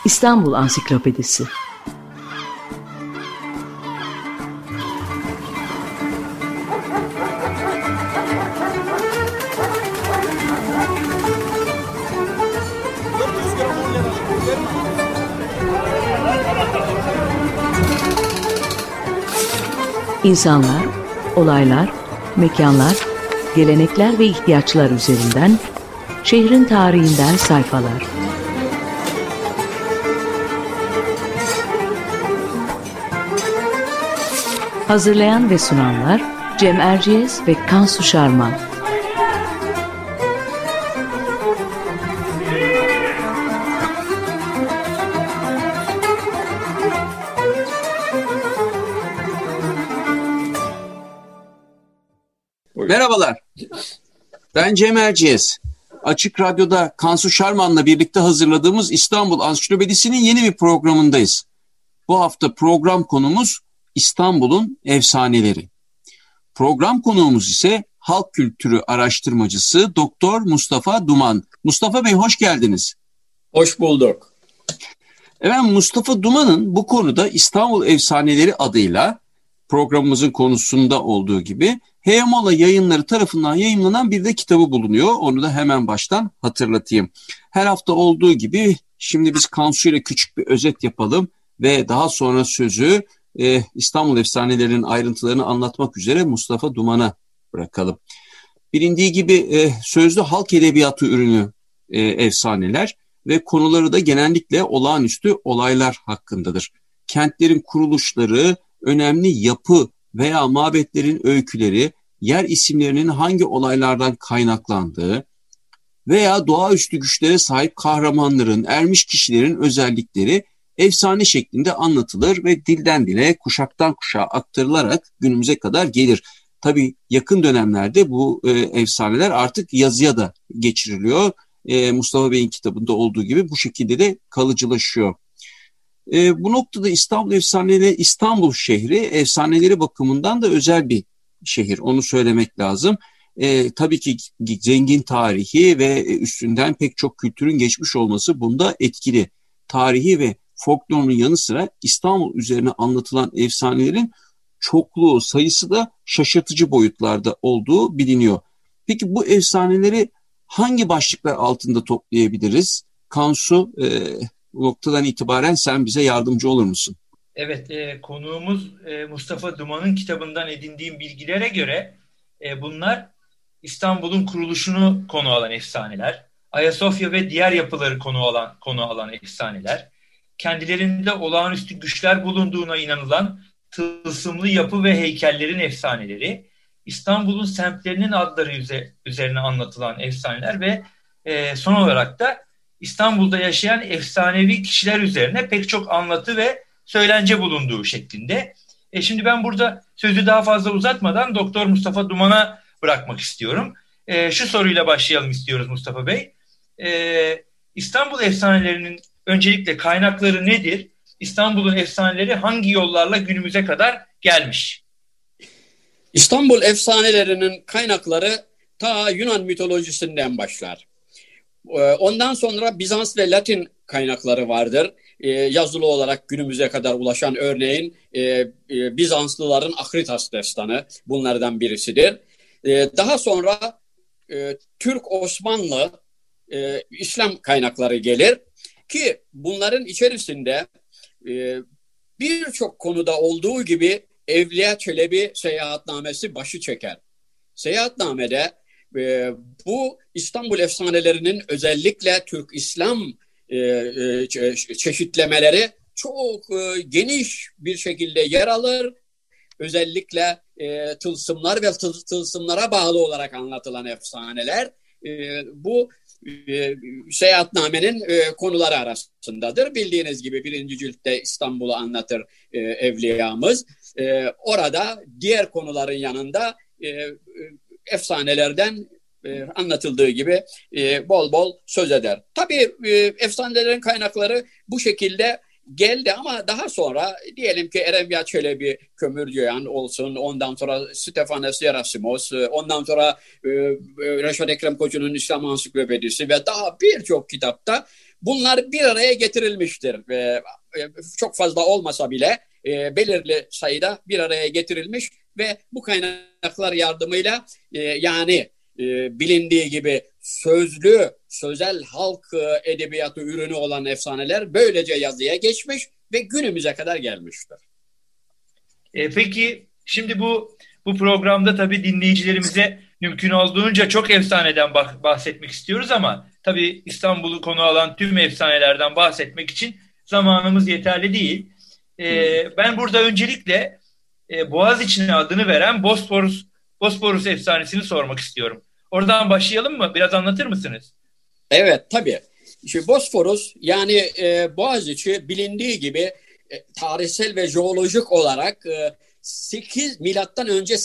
İstanbul Ansiklopedisi. İnsanlar, olaylar, mekanlar, gelenekler ve ihtiyaçlar üzerinden şehrin tarihinden sayfalar. Hazırlayan ve sunanlar Cem Erciyes ve Kansu Şarman. Merhabalar, ben Cem Erciyes. Açık Radyo'da Kansu Şarman'la birlikte hazırladığımız İstanbul Ansiklopedisi'nin yeni bir programındayız. Bu hafta program konumuz İstanbul'un efsaneleri. Program konuğumuz ise halk kültürü araştırmacısı Doktor Mustafa Duman. Mustafa Bey, hoş geldiniz. Hoş bulduk. Efendim, Mustafa Duman'ın bu konuda İstanbul Efsaneleri adıyla programımızın konusunda olduğu gibi Heyemola Yayınları tarafından yayımlanan bir de kitabı bulunuyor. Onu da hemen baştan hatırlatayım. Her hafta olduğu gibi şimdi biz Kansu ile küçük bir özet yapalım ve daha sonra sözü İstanbul Efsanelerinin ayrıntılarını anlatmak üzere Mustafa Duman'a bırakalım. Bilindiği gibi sözlü halk edebiyatı ürünü efsaneler ve konuları da genellikle olağanüstü olaylar hakkındadır. Kentlerin kuruluşları, önemli yapı veya mabetlerin öyküleri, yer isimlerinin hangi olaylardan kaynaklandığı veya doğaüstü güçlere sahip kahramanların, ermiş kişilerin özellikleri efsane şeklinde anlatılır ve dilden dile, kuşaktan kuşağa aktarılarak günümüze kadar gelir. Tabii yakın dönemlerde bu efsaneler artık yazıya da geçiriliyor. Mustafa Bey'in kitabında olduğu gibi bu şekilde de kalıcılaşıyor. Bu noktada İstanbul Efsaneleri, İstanbul şehri efsaneleri bakımından da özel bir şehir. Onu söylemek lazım. Tabii ki zengin tarihi ve üstünden pek çok kültürün geçmiş olması bunda etkili. Tarihi ve folklorun yanı sıra İstanbul üzerine anlatılan efsanelerin çokluğu, sayısı da şaşırtıcı boyutlarda olduğu biliniyor. Peki bu efsaneleri hangi başlıklar altında toplayabiliriz? Kansu, bu noktadan itibaren sen bize yardımcı olur musun? Evet, konuğumuz Mustafa Duman'ın kitabından edindiğim bilgilere göre bunlar İstanbul'un kuruluşunu konu alan efsaneler, Ayasofya ve diğer yapıları konu alan efsaneler, kendilerinde olağanüstü güçler bulunduğuna inanılan tılsımlı yapı ve heykellerin efsaneleri, İstanbul'un semtlerinin adları üzerine anlatılan efsaneler ve son olarak da İstanbul'da yaşayan efsanevi kişiler üzerine pek çok anlatı ve söylence bulunduğu şeklinde. Şimdi ben burada sözü daha fazla uzatmadan Doktor Mustafa Duman'a bırakmak istiyorum. Şu soruyla başlayalım istiyoruz Mustafa Bey. İstanbul efsanelerinin öncelikle kaynakları nedir? İstanbul'un efsaneleri hangi yollarla günümüze kadar gelmiş? İstanbul efsanelerinin kaynakları ta Yunan mitolojisinden başlar. Ondan sonra Bizans ve Latin kaynakları vardır. Yazılı olarak günümüze kadar ulaşan örneğin Bizanslıların Akritas destanı bunlardan birisidir. Daha sonra Türk-Osmanlı İslam kaynakları gelir ki bunların içerisinde birçok konuda olduğu gibi Evliya Çelebi seyahatnamesi başı çeker. Seyahatnamede bu İstanbul efsanelerinin özellikle Türk-İslam çeşitlemeleri çok geniş bir şekilde yer alır. Özellikle tılsımlar ve tılsımlara bağlı olarak anlatılan efsaneler bu seyahatnamenin konuları arasındadır. Bildiğiniz gibi 1. ciltte İstanbul'u anlatır Evliyamız. Orada diğer konuların yanında efsanelerden anlatıldığı gibi bol bol söz eder. Tabii efsanelerin kaynakları bu şekilde geldi ama daha sonra diyelim ki Eremya Çelebi Kömürcüyan olsun, ondan sonra Stefanos Yerasimos, ondan sonra Reşat Ekrem Koçu'nun İslam Ansiklopedisi ve daha birçok kitapta bunlar bir araya getirilmiştir. Çok fazla olmasa bile belirli sayıda bir araya getirilmiş ve bu kaynaklar yardımıyla yani bilindiği gibi sözel halk edebiyatı ürünü olan efsaneler böylece yazıya geçmiş ve günümüze kadar gelmiştir. Peki şimdi bu programda tabii dinleyicilerimize mümkün olduğunca çok efsaneden bahsetmek istiyoruz ama tabii İstanbul'u konu alan tüm efsanelerden bahsetmek için zamanımız yeterli değil. Ben burada öncelikle Boğaziçi'ne adını veren Bosporus efsanesini sormak istiyorum. Oradan başlayalım mı? Biraz anlatır mısınız? Evet, tabii. Şimdi Bosporus yani Boğaziçi bilindiği gibi tarihsel ve jeolojik olarak 8 milattan önce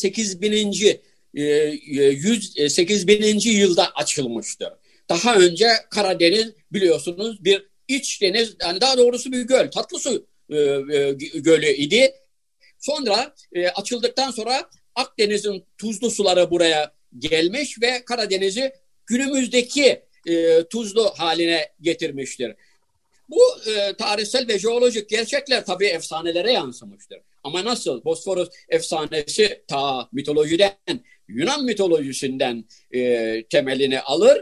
8000. Yılda açılmıştır. Daha önce Karadeniz biliyorsunuz bir iç deniz, yani daha doğrusu bir göl, Tatlısu gölü idi. Sonra açıldıktan sonra Akdeniz'in tuzlu suları buraya gelmiş ve Karadeniz'i günümüzdeki tuzlu haline getirmiştir. Bu tarihsel ve jeolojik gerçekler tabii efsanelere yansımıştır. Ama nasıl? Bosforus efsanesi ta mitolojiden, Yunan mitolojisinden temelini alır.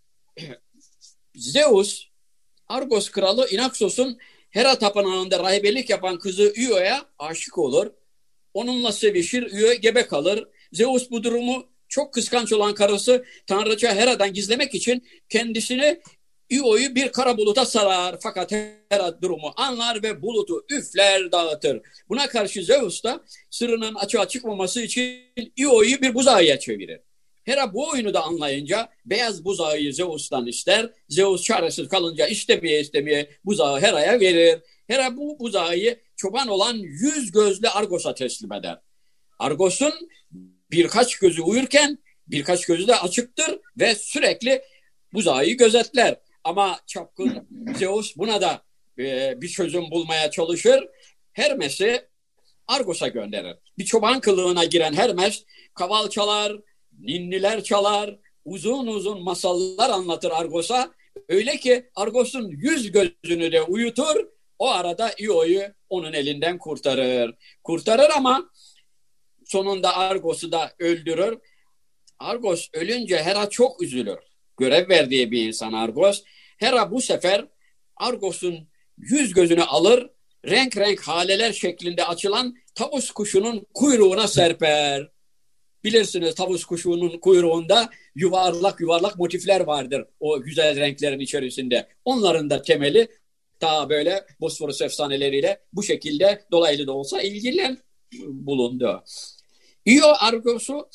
Zeus, Argos kralı Inaksos'un Hera tapınağında rahibelik yapan kızı Io'ya aşık olur. Onunla sevişir, Io gebe kalır. Zeus bu durumu çok kıskanç olan karısı tanrıça Hera'dan gizlemek için kendisini Io'yu bir kara buluta sarar. Fakat Hera durumu anlar ve bulutu üfler, dağıtır. Buna karşı Zeus da sırrının açığa çıkmaması için Io'yu bir buzağıya çevirir. Hera bu oyunu da anlayınca beyaz buzağıyı Zeus'tan ister. Zeus çaresiz kalınca istemeye buzağı Hera'ya verir. Hera bu buzağıyı çoban olan 100 gözlü Argos'a teslim eder. Argos'un birkaç gözü uyurken birkaç gözü de açıktır ve sürekli buzağı gözetler. Ama çapkın Zeus buna da bir çözüm bulmaya çalışır. Hermes'i Argos'a gönderir. Bir çoban kılığına giren Hermes kaval çalar, ninniler çalar, uzun uzun masallar anlatır Argos'a. Öyle ki Argos'un 100 gözünü de uyutur. O arada Io'yu onun elinden kurtarır. Kurtarır ama sonunda Argos'u da öldürür. Argos ölünce Hera çok üzülür. Görev verdiği bir insan Argos. Hera bu sefer Argos'un 100 gözünü alır, renk renk haleler şeklinde açılan tavus kuşunun kuyruğuna serper. Bilirsiniz tavus kuşunun kuyruğunda yuvarlak yuvarlak motifler vardır o güzel renklerin içerisinde. Onların da temeli ta böyle Bosporus efsaneleriyle bu şekilde dolaylı da olsa ilgilen bulundu. Io Argos'u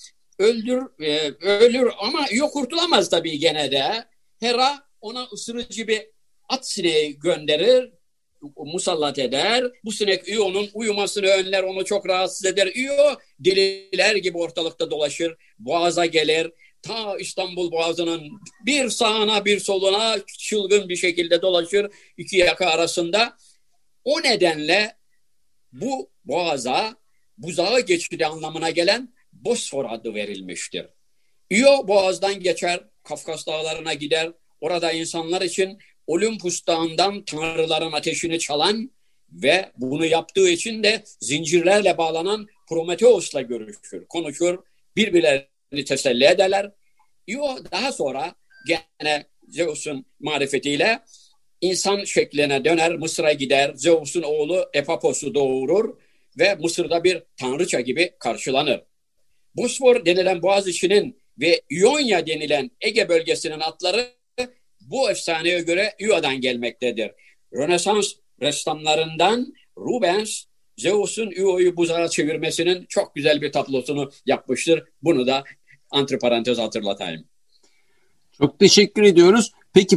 ölür ama Io kurtulamaz tabii gene de. Hera ona ısırıcı bir at sineği gönderir, musallat eder. Bu sinek Io'nun uyumasını önler, onu çok rahatsız eder. Io deliler gibi ortalıkta dolaşır, boğaza gelir. Ta İstanbul Boğazı'nın bir sağına bir soluna çılgın bir şekilde dolaşır iki yaka arasında. O nedenle bu boğaza buzağı geçidi anlamına gelen Bosfor adı verilmiştir. Io boğazdan geçer, Kafkas dağlarına gider. Orada insanlar için Olympus dağından tanrıların ateşini çalan ve bunu yaptığı için de zincirlerle bağlanan Prometheus'la görüşür, konuşur, birbirlerini teselli ederler. Io daha sonra gene Zeus'un marifetiyle insan şekline döner, Mısır'a gider. Zeus'un oğlu Epapos'u doğurur ve Mısır'da bir tanrıça gibi karşılanır. Bosfor denilen Boğaziçi'nin ve İonya denilen Ege bölgesinin adları bu efsaneye göre Io'dan gelmektedir. Rönesans ressamlarından Rubens, Zeus'un Io'yu buzağa çevirmesinin çok güzel bir tablosunu yapmıştır. Bunu da antiparantez hatırlatayım. Çok teşekkür ediyoruz. Peki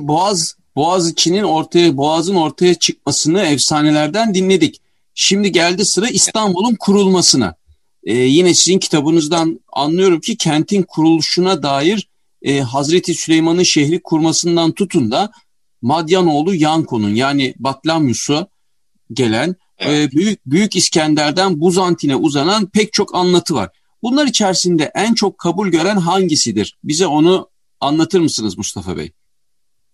Boğaz'ın ortaya çıkmasını efsanelerden dinledik. Şimdi geldi sıra İstanbul'un kurulmasına. Yine sizin kitabınızdan anlıyorum ki kentin kuruluşuna dair Hazreti Süleyman'ın şehri kurmasından tutun da Madyanoğlu Yanko'nun yani Batlamyus'a gelen Büyük İskender'den Buzantin'e uzanan pek çok anlatı var. Bunlar içerisinde en çok kabul gören hangisidir? Bize onu anlatır mısınız Mustafa Bey?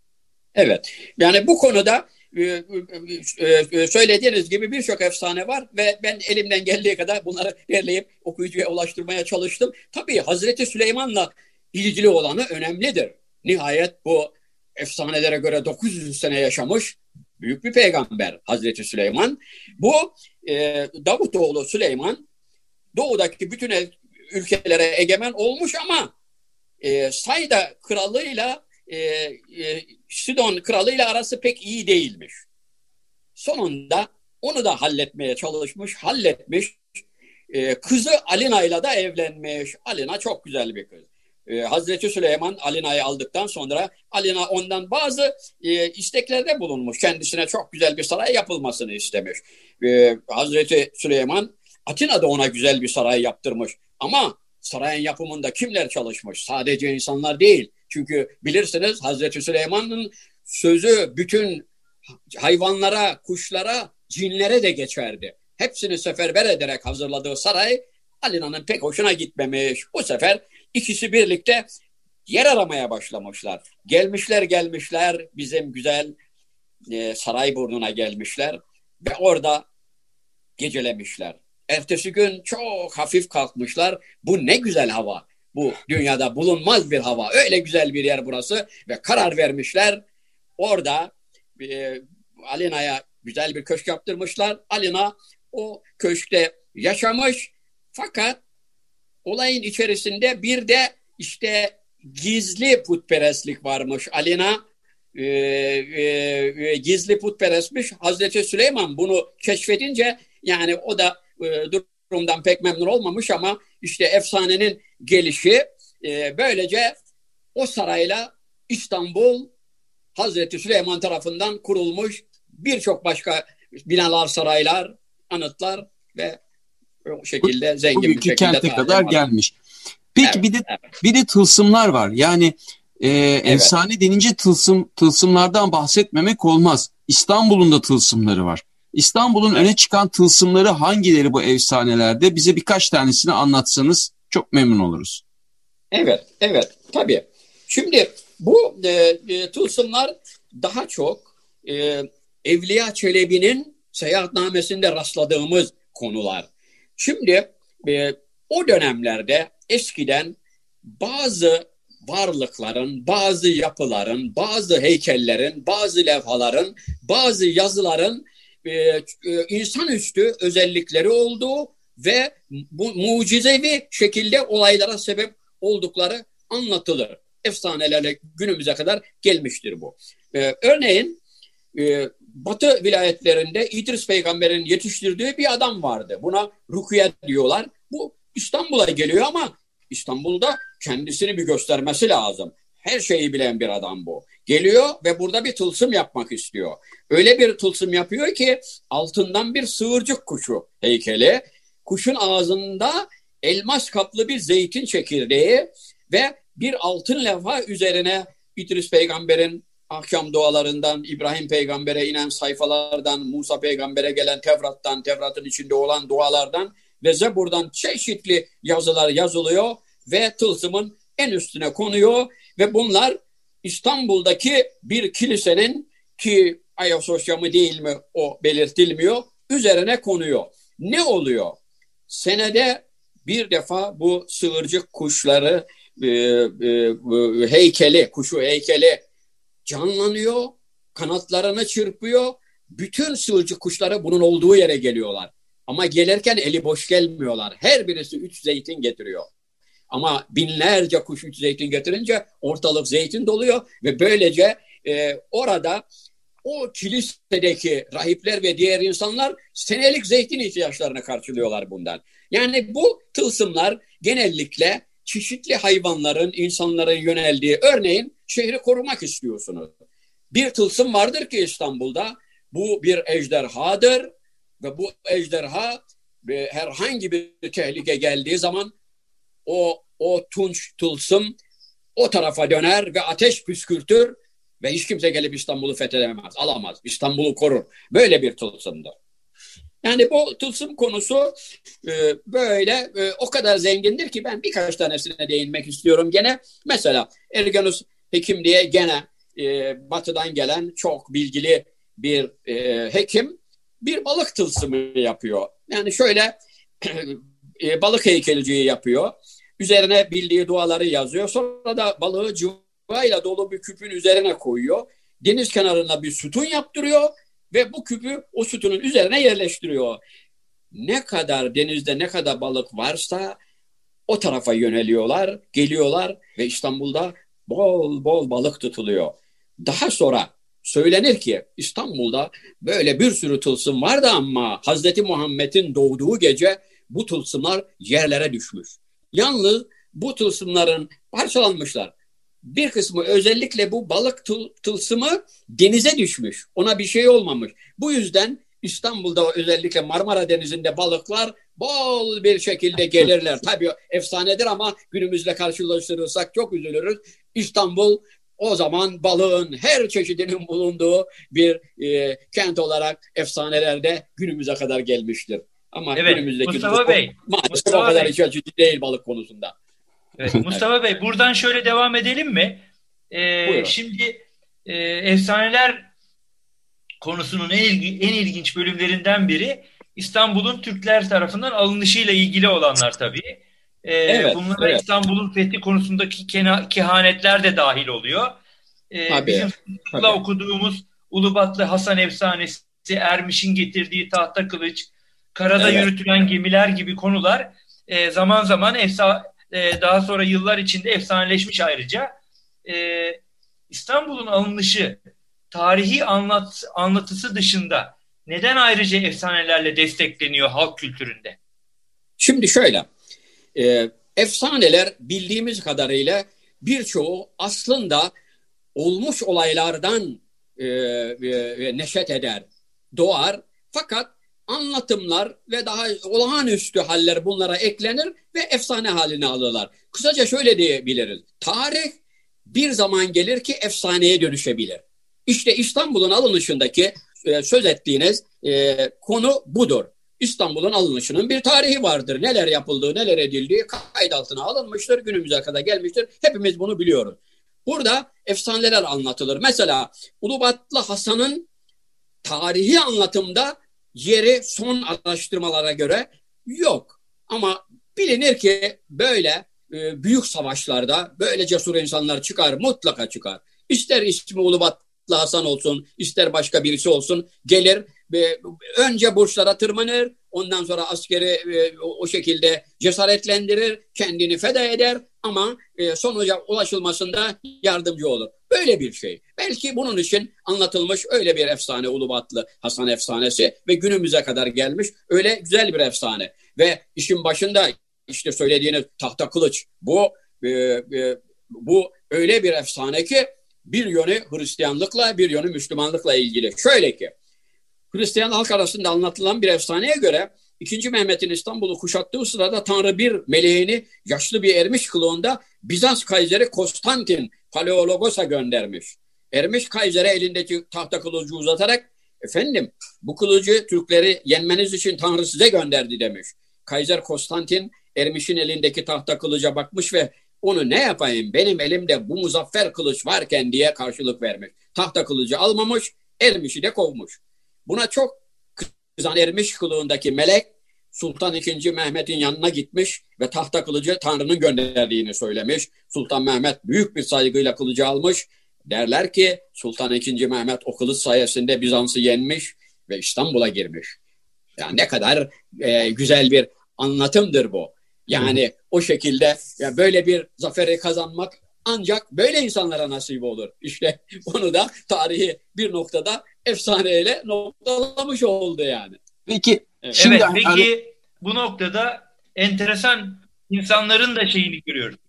Evet. Yani bu konuda söylediğiniz gibi birçok efsane var ve ben elimden geldiği kadar bunları derleyip okuyucuya ulaştırmaya çalıştım. Tabii Hazreti Süleyman'la ilgili olanı önemlidir. Nihayet bu efsanelere göre 900 sene yaşamış büyük bir peygamber Hazreti Süleyman. Bu Davutoğlu Süleyman doğudaki bütün ülkelere egemen olmuş ama Sayda kralıyla Sidon kralıyla arası pek iyi değilmiş. Sonunda onu da halletmeye çalışmış, halletmiş. Kızı Alina'yla da evlenmiş. Alina çok güzel bir kız. Hazreti Süleyman Alina'yı aldıktan sonra Alina ondan bazı isteklerde bulunmuş. Kendisine çok güzel bir saray yapılmasını istemiş. Hazreti Süleyman Atina da ona güzel bir saray yaptırmış. Ama sarayın yapımında kimler çalışmış? Sadece insanlar değil. Çünkü bilirsiniz Hazreti Süleyman'ın sözü bütün hayvanlara, kuşlara, cinlere de geçerdi. Hepsini seferber ederek hazırladığı saray Alina'nın pek hoşuna gitmemiş. Bu sefer ikisi birlikte yer aramaya başlamışlar. Gelmişler bizim güzel Sarayburnu'na gelmişler ve orada gecelemişler. Ertesi gün çok hafif kalkmışlar. Bu ne güzel hava. Bu dünyada bulunmaz bir hava. Öyle güzel bir yer burası ve karar vermişler. Orada Alina'ya güzel bir köşk yaptırmışlar. Alina o köşkte yaşamış. Fakat olayın içerisinde bir de işte gizli putperestlik varmış. Alina gizli putperestmiş. Hazreti Süleyman bunu keşfedince yani o da durumdan pek memnun olmamış ama işte efsanenin gelişi böylece o sarayla İstanbul Hazreti Süleyman tarafından kurulmuş, birçok başka binalar, saraylar, anıtlar ve o şekilde zengin bir şekilde kente kadar gelmiş. Peki evet, bir de tılsımlar var. Yani efsane denince tılsımlardan bahsetmemek olmaz. İstanbul'un da tılsımları var. İstanbul'un öne çıkan tılsımları hangileri bu efsanelerde? Bize birkaç tanesini anlatsanız çok memnun oluruz. Evet, tabii. Şimdi bu tılsımlar daha çok Evliya Çelebi'nin seyahatnamesinde rastladığımız konular. Şimdi o dönemlerde eskiden bazı varlıkların, bazı yapıların, bazı heykellerin, bazı levhaların, bazı yazıların insanüstü özellikleri olduğu ve bu mucizevi şekilde olaylara sebep oldukları anlatılır. Efsanelerle günümüze kadar gelmiştir bu. Örneğin Batı vilayetlerinde İdris Peygamber'in yetiştirdiği bir adam vardı. Buna Rukiye diyorlar. Bu İstanbul'a geliyor ama İstanbul'da kendisini bir göstermesi lazım. Her şeyi bilen bir adam bu. Geliyor ve burada bir tılsım yapmak istiyor. Öyle bir tılsım yapıyor ki altından bir sığırcık kuşu heykeli. Kuşun ağzında elmas kaplı bir zeytin çekirdeği ve bir altın levha üzerine İdris Peygamber'in akşam dualarından, İbrahim Peygamber'e inen sayfalardan, Musa Peygamber'e gelen Tevrat'tan, Tevrat'ın içinde olan dualardan ve Zebur'dan çeşitli yazılar yazılıyor ve tılsımın en üstüne konuyor ve bunlar İstanbul'daki bir kilisenin ki Ayasofya mı değil mi o belirtilmiyor, üzerine konuyor. Ne oluyor? Senede bir defa bu sığırcık kuşları heykeli, kuşu heykeli canlanıyor, kanatlarını çırpıyor. Bütün sığırcık kuşları bunun olduğu yere geliyorlar. Ama gelirken eli boş gelmiyorlar. Her birisi 3 zeytin getiriyor. Ama binlerce kuş 3 zeytin getirince ortalık zeytin doluyor ve böylece orada o kilisedeki rahipler ve diğer insanlar senelik zeytin ihtiyaçlarını karşılıyorlar bundan. Yani bu tılsımlar genellikle çeşitli hayvanların, insanların yöneldiği, örneğin şehri korumak istiyorsunuz. Bir tılsım vardır ki İstanbul'da, bu bir ejderhadır ve bu ejderha herhangi bir tehlike geldiği zaman o tunç tılsım o tarafa döner ve ateş püskürtür ve hiç kimse gelip İstanbul'u fethedemez, alamaz. İstanbul'u korur. Böyle bir tılsımdır. Yani bu tılsım konusu böyle o kadar zengindir ki ben birkaç tanesine değinmek istiyorum gene. Mesela Ergenus Hekim diye gene batıdan gelen çok bilgili bir hekim bir balık tılsımı yapıyor. Yani şöyle balık heykelciği yapıyor. Üzerine bildiği duaları yazıyor. Sonra da balığı cıvayla dolu bir küpün üzerine koyuyor. Deniz kenarına bir sütun yaptırıyor ve bu küpü o sütunun üzerine yerleştiriyor. Ne kadar denizde ne kadar balık varsa o tarafa yöneliyorlar, geliyorlar ve İstanbul'da bol bol balık tutuluyor. Daha sonra söylenir ki İstanbul'da böyle bir sürü tılsım vardı ama Hazreti Muhammed'in doğduğu gece bu tılsımlar yerlere düşmüş. Yalnız bu tılsımların parçalanmışlar. Bir kısmı özellikle bu balık tılsımı denize düşmüş. Ona bir şey olmamış. Bu yüzden İstanbul'da özellikle Marmara Denizi'nde balıklar bol bir şekilde gelirler. Tabii efsanedir ama günümüzle karşılaştırırsak çok üzülürüz. İstanbul o zaman balığın her çeşidinin bulunduğu bir kent olarak efsanelerde günümüze kadar gelmiştir. Ama evet, günümüzdeki Mustafa Bey, maalesef o kadar iç açıcı değil balık konusunda. Evet, Mustafa Bey, buradan şöyle devam edelim mi? Şimdi efsaneler konusunun en ilginç bölümlerinden biri İstanbul'un Türkler tarafından alınışıyla ilgili olanlar tabii. Bunlara evet. İstanbul'un fethi konusundaki kehanetler de dahil oluyor. Bizim okuduğumuz Ulubatlı Hasan efsanesi, Ermiş'in getirdiği tahta kılıç, karada yürütülen gemiler gibi konular zaman zaman daha sonra yıllar içinde efsaneleşmiş ayrıca. İstanbul'un alınışı tarihi anlatısı dışında neden ayrıca efsanelerle destekleniyor halk kültüründe? Şimdi şöyle, efsaneler bildiğimiz kadarıyla birçoğu aslında olmuş olaylardan neşet eder, doğar. Fakat anlatımlar ve daha olağanüstü haller bunlara eklenir ve efsane haline alırlar. Kısaca şöyle diyebiliriz. Tarih bir zaman gelir ki efsaneye dönüşebilir. İşte İstanbul'un alınışındaki söz ettiğiniz konu budur. İstanbul'un alınışının bir tarihi vardır. Neler yapıldığı, neler edildiği kayıt altına alınmıştır. Günümüze kadar gelmiştir. Hepimiz bunu biliyoruz. Burada efsaneler anlatılır. Mesela Ulubatlı Hasan'ın tarihi anlatımda yeri son araştırmalara göre yok. Ama bilinir ki böyle büyük savaşlarda böyle cesur insanlar çıkar, mutlaka çıkar. İster ismi Ulubatlı Hasan olsun, ister başka birisi olsun, gelir ve önce burçlara tırmanır, ondan sonra askeri o şekilde cesaretlendirir, kendini feda eder ama sonuca ulaşılmasında yardımcı olur. Böyle bir şey. Belki bunun için anlatılmış öyle bir efsane Ulubatlı Hasan efsanesi ve günümüze kadar gelmiş öyle güzel bir efsane. Ve işin başında işte söylediğiniz tahta kılıç bu öyle bir efsane ki bir yönü Hristiyanlıkla bir yönü Müslümanlıkla ilgili. Şöyle ki Hristiyan halk arasında anlatılan bir efsaneye göre 2. Mehmet'in İstanbul'u kuşattığı sırada Tanrı bir meleğini yaşlı bir ermiş kılığında Bizans Kayseri Konstantin Paleologos'a göndermiş. Ermiş Kayser'e elindeki tahta kılıcı uzatarak efendim bu kılıcı Türkleri yenmeniz için Tanrı size gönderdi demiş. Kayser Konstantin Ermiş'in elindeki tahta kılıca bakmış ve onu ne yapayım benim elimde bu muzaffer kılıç varken diye karşılık vermiş. Tahta kılıcı almamış, Ermiş'i de kovmuş. Buna çok kızan Ermiş kılığındaki melek Sultan II. Mehmet'in yanına gitmiş ve tahta kılıcı Tanrı'nın gönderdiğini söylemiş. Sultan Mehmet büyük bir saygıyla kılıcı almış. Derler ki Sultan II. Mehmet o kılıç sayesinde Bizans'ı yenmiş ve İstanbul'a girmiş. Yani ne kadar güzel bir anlatımdır bu. Yani o şekilde böyle bir zaferi kazanmak ancak böyle insanlara nasip olur. İşte onu da tarihi bir noktada efsaneyle noktalamış oldu yani. Peki. Şimdi peki bu noktada enteresan insanların da şeyini görüyoruz.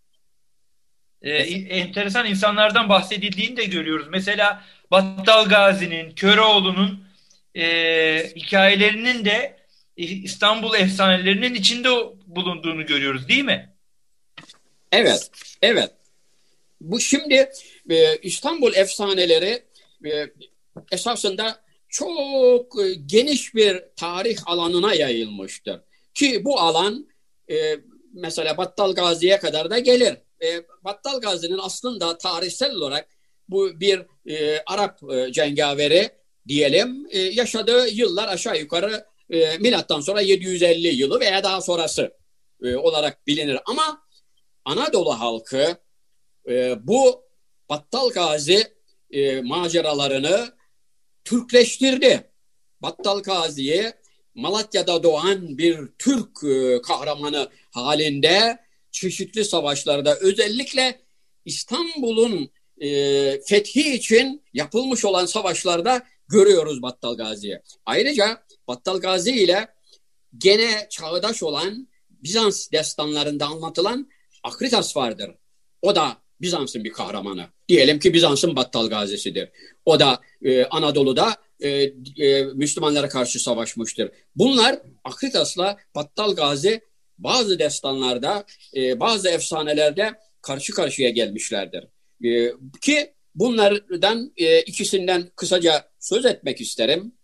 Enteresan insanlardan bahsedildiğini de görüyoruz. Mesela Battal Gazi'nin, Köroğlu'nun hikayelerinin de İstanbul efsanelerinin içinde bulunduğunu görüyoruz, değil mi? Evet, evet. Bu şimdi İstanbul efsaneleri esasında çok geniş bir tarih alanına yayılmıştır. Ki bu alan mesela Battal Gazi'ye kadar da gelir. Battal Gazi'nin aslında tarihsel olarak bu bir Arap cengaveri diyelim, yaşadığı yıllar aşağı yukarı milattan sonra 750 yılı veya daha sonrası olarak bilinir. Ama Anadolu halkı bu Battal Gazi maceralarını Türkleştirdi. Battal Gazi'yi Malatya'da doğan bir Türk kahramanı halinde çeşitli savaşlarda, özellikle İstanbul'un fethi için yapılmış olan savaşlarda görüyoruz Battal Gazi'yi. Ayrıca Battal Gazi ile gene çağdaş olan Bizans destanlarında anlatılan Akritas vardır. O da Bizans'ın bir kahramanı. Diyelim ki Bizans'ın Battal Gazi'sidir. O da Anadolu'da Müslümanlara karşı savaşmıştır. Bunlar Akritas'la Battal Gazi bazı destanlarda, bazı efsanelerde karşı karşıya gelmişlerdir. Ki bunlardan ikisinden kısaca söz etmek isterim.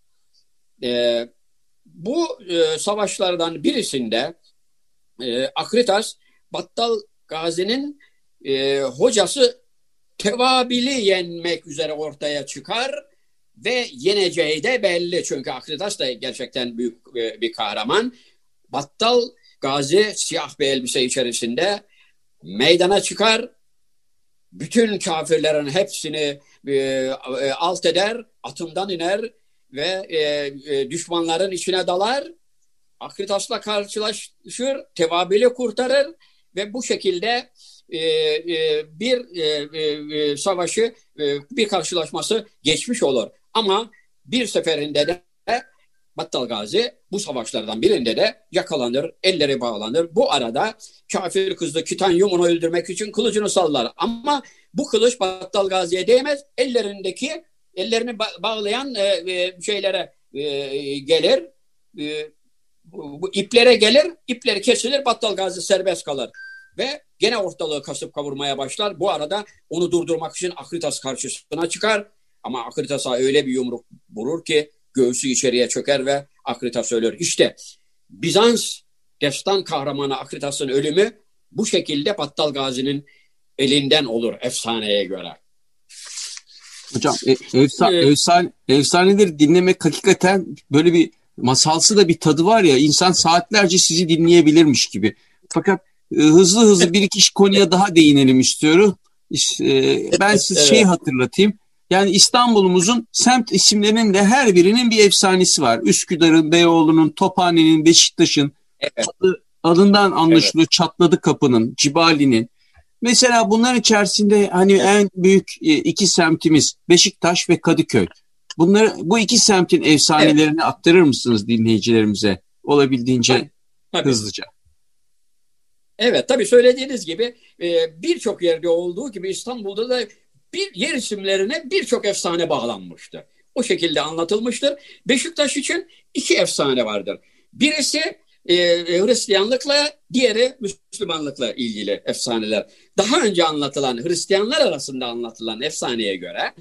Bu savaşlardan birisinde Akritas, Battal Gazi'nin hocası Tevabil'i yenmek üzere ortaya çıkar ve yeneceği de belli. Çünkü Akritas da gerçekten büyük bir kahraman. Battal Gazi siyah bir elbise içerisinde meydana çıkar. Bütün kafirlerin hepsini alt eder, atından iner ve düşmanların içine dalar. Akritas'la karşılaşır, Tevabil'i kurtarır ve bu şekilde bir savaşı, bir karşılaşması geçmiş olur. Ama bir seferinde de Battal Gazi bu savaşlardan birinde de yakalanır, elleri bağlanır. Bu arada kafir kızı Kitanyum onu öldürmek için kılıcını sallar. Ama bu kılıç Battal Gazi'ye değmez. Ellerini bağlayan şeylere gelir. Bu iplere gelir, ipleri kesilir, Battal Gazi serbest kalır. Ve gene ortalığı kasıp kavurmaya başlar. Bu arada onu durdurmak için Akritas karşısına çıkar. Ama Akritas'a öyle bir yumruk vurur ki göğsü içeriye çöker ve Akritas ölür. İşte Bizans destan kahramanı Akritas'ın ölümü bu şekilde Battal Gazi'nin elinden olur efsaneye göre. Hocam efsaneleri dinlemek hakikaten böyle bir masalsı da bir tadı var ya, insan saatlerce sizi dinleyebilirmiş gibi. Fakat hızlı bir iki konuya daha değinelim istiyorum. Ben size hatırlatayım. Yani İstanbul'umuzun semt isimlerinin de her birinin bir efsanesi var. Üsküdar'ın, Beyoğlu'nun, Tophane'nin, Beşiktaş'ın, adından anlaşılıyor, Çatladı Kapı'nın, Cibali'nin. Mesela bunların içerisinde hani en büyük iki semtimiz Beşiktaş ve Kadıköy. Bu iki semtin efsanelerini aktarır mısınız dinleyicilerimize olabildiğince hızlıca? Evet, tabii söylediğiniz gibi birçok yerde olduğu gibi İstanbul'da da bir yer isimlerine birçok efsane bağlanmıştır. O şekilde anlatılmıştır. Beşiktaş için iki efsane vardır. Birisi Hristiyanlıkla, diğeri Müslümanlıkla ilgili efsaneler. Daha önce anlatılan, Hristiyanlar arasında anlatılan efsaneye göre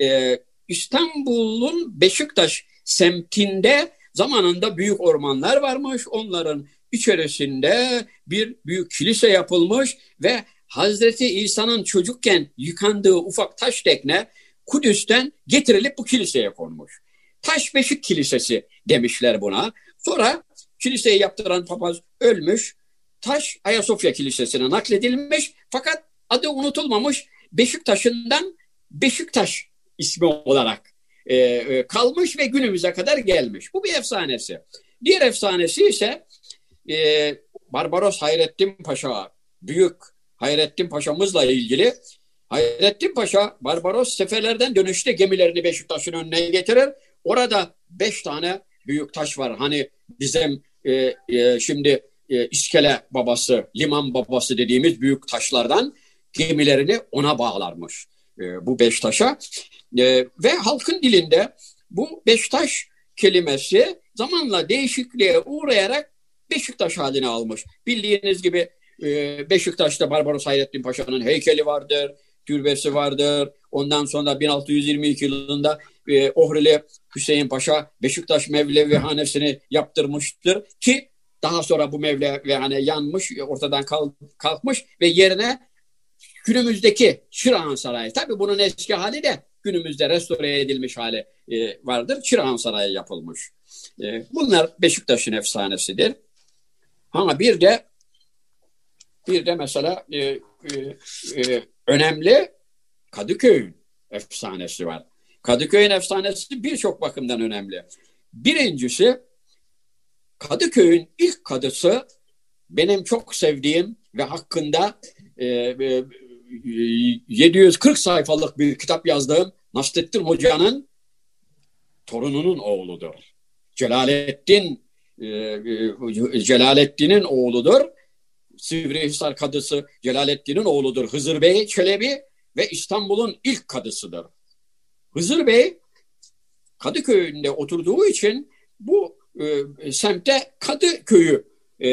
İstanbul'un Beşiktaş semtinde zamanında büyük ormanlar varmış. Onların içerisinde bir büyük kilise yapılmış ve Hazreti İsa'nın çocukken yıkandığı ufak taş tekne Kudüs'ten getirilip bu kiliseye konmuş. Taş Beşik Kilisesi demişler buna. Sonra kiliseyi yaptıran papaz ölmüş. Taş Ayasofya Kilisesi'ne nakledilmiş. Fakat adı unutulmamış. Beşiktaş'ından Beşiktaş ismi olarak kalmış ve günümüze kadar gelmiş. Bu bir efsanesi. Diğer efsanesi ise Barbaros Hayrettin Paşa, büyük Hayrettin Paşa'mızla ilgili. Hayrettin Paşa Barbaros seferlerden dönüşte gemilerini Beşiktaş'ın önüne getirir. Orada 5 tane büyük taş var. Hani bizim şimdi iskele babası, liman babası dediğimiz büyük taşlardan gemilerini ona bağlarmış. Bu 5 taşa. Ve halkın dilinde bu 5 taş kelimesi zamanla değişikliğe uğrayarak Beşiktaş haline almış. Bildiğiniz gibi Beşiktaş'ta Barbaros Hayrettin Paşa'nın heykeli vardır, türbesi vardır. Ondan sonra 1622 yılında Ohrili Hüseyin Paşa Beşiktaş Mevlevihanesi'ni yaptırmıştır ki daha sonra bu Mevlevihane yanmış, ortadan kalkmış ve yerine günümüzdeki Çırağan Sarayı. Tabii bunun eski hali de günümüzde restore edilmiş hali vardır. Çırağan Sarayı yapılmış. Bunlar Beşiktaş'ın efsanesidir. Ama bir de mesela önemli Kadıköy'ün efsanesi var. Kadıköy'ün efsanesi birçok bakımdan önemli. Birincisi, Kadıköy'ün ilk kadısı benim çok sevdiğim ve hakkında 740 sayfalık bir kitap yazdığım Nasrettin Hoca'nın torununun oğludur. Celalettin'in oğludur. Sivrihisar kadısı Celalettin'in oğludur. Hızır Bey Çelebi ve İstanbul'un ilk kadısıdır. Hızır Bey Kadıköy'ünde oturduğu için bu semte Kadıköy'ü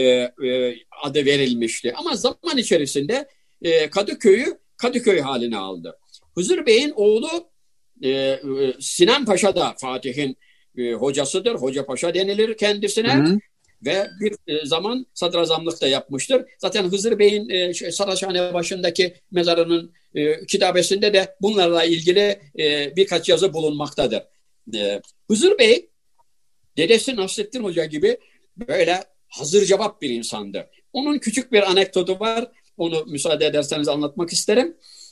adı verilmişti. Ama zaman içerisinde Kadıköy haline aldı. Hızır Bey'in oğlu Sinan Paşa da Fatih'in hocasıdır. Hoca Paşa denilir kendisine. Hı. Ve bir zaman sadrazamlık da yapmıştır. Zaten Hızır Bey'in Saraçhane başındaki mezarının kitabesinde de bunlarla ilgili birkaç yazı bulunmaktadır. Hızır Bey, dedesi Nasrettin Hoca gibi böyle hazır cevap bir insandı. Onun küçük bir anekdotu var. Onu müsaade ederseniz anlatmak isterim.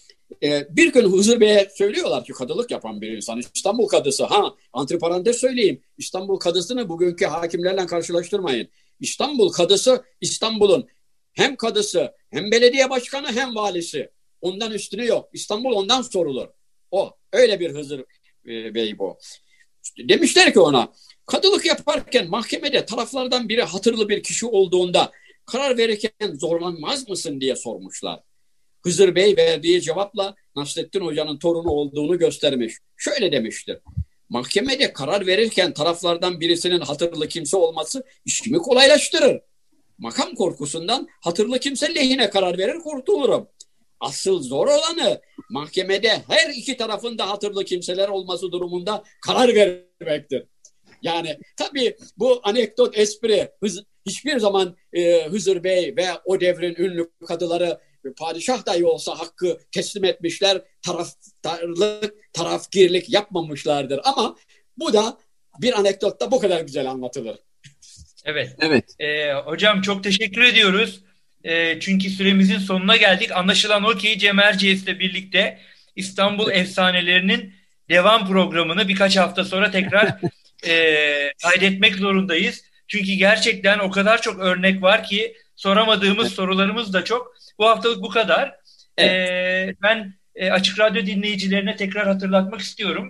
Bir gün Hızır Bey'e söylüyorlar ki kadılık yapan bir insan. İstanbul kadısı. Antiparantez söyleyeyim. İstanbul kadısını bugünkü hakimlerle karşılaştırmayın. İstanbul kadısı İstanbul'un hem kadısı hem belediye başkanı hem valisi. Ondan üstünü yok. İstanbul ondan sorulur. O. Öyle bir Hızır Bey bu. Demişler ki ona, kadılık yaparken mahkemede taraflardan biri hatırlı bir kişi olduğunda karar verirken zorlanmaz mısın diye sormuşlar. Hızır Bey verdiği cevapla Nasrettin Hoca'nın torunu olduğunu göstermiş. Şöyle demiştir. Mahkemede karar verirken taraflardan birisinin hatırlı kimse olması işimi kolaylaştırır. Makam korkusundan hatırlı kimse lehine karar verir, kurtulurum. Asıl zor olanı mahkemede her iki tarafında hatırlı kimseler olması durumunda karar vermektir. Yani tabii bu anekdot, espri hiçbir zaman Hızır Bey ve o devrin ünlü kadıları padişah dahi olsa hakkı teslim etmişler, taraftarlık, tarafgirlik yapmamışlardır. Ama bu da bir anekdotta bu kadar güzel anlatılır. Evet. Hocam çok teşekkür ediyoruz. Çünkü süremizin sonuna geldik. Anlaşılan o ki Cem Erciyes'le birlikte İstanbul Efsanelerinin devam programını birkaç hafta sonra tekrar kaydetmek zorundayız. Çünkü gerçekten o kadar çok örnek var ki soramadığımız sorularımız da çok. Bu haftalık bu kadar. Evet. Ben Açık Radyo dinleyicilerine tekrar hatırlatmak istiyorum.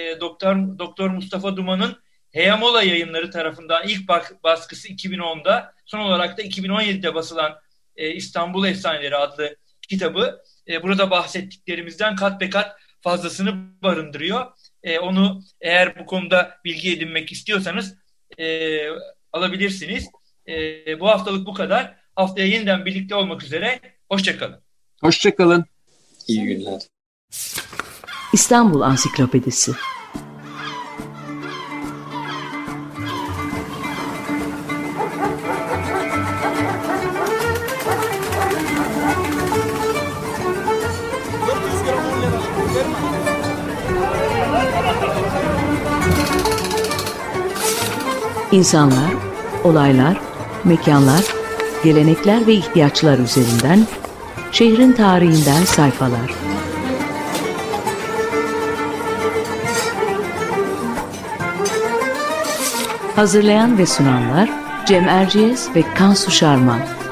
Doktor Mustafa Duman'ın Heyamola Yayınları tarafından ilk baskısı 2010'da, son olarak da 2017'de basılan İstanbul Efsaneleri adlı kitabı burada bahsettiklerimizden kat be kat fazlasını barındırıyor. Onu eğer bu konuda bilgi edinmek istiyorsanız alabilirsiniz. Bu haftalık bu kadar. Haftaya yeniden birlikte olmak üzere. Hoşçakalın. Hoşçakalın. İyi günler. İstanbul Ansiklopedisi. İnsanlar, olaylar, mekanlar, gelenekler ve ihtiyaçlar üzerinden şehrin tarihinden sayfalar. Hazırlayan ve sunanlar Cem Erciyes ve Kansu Şarman.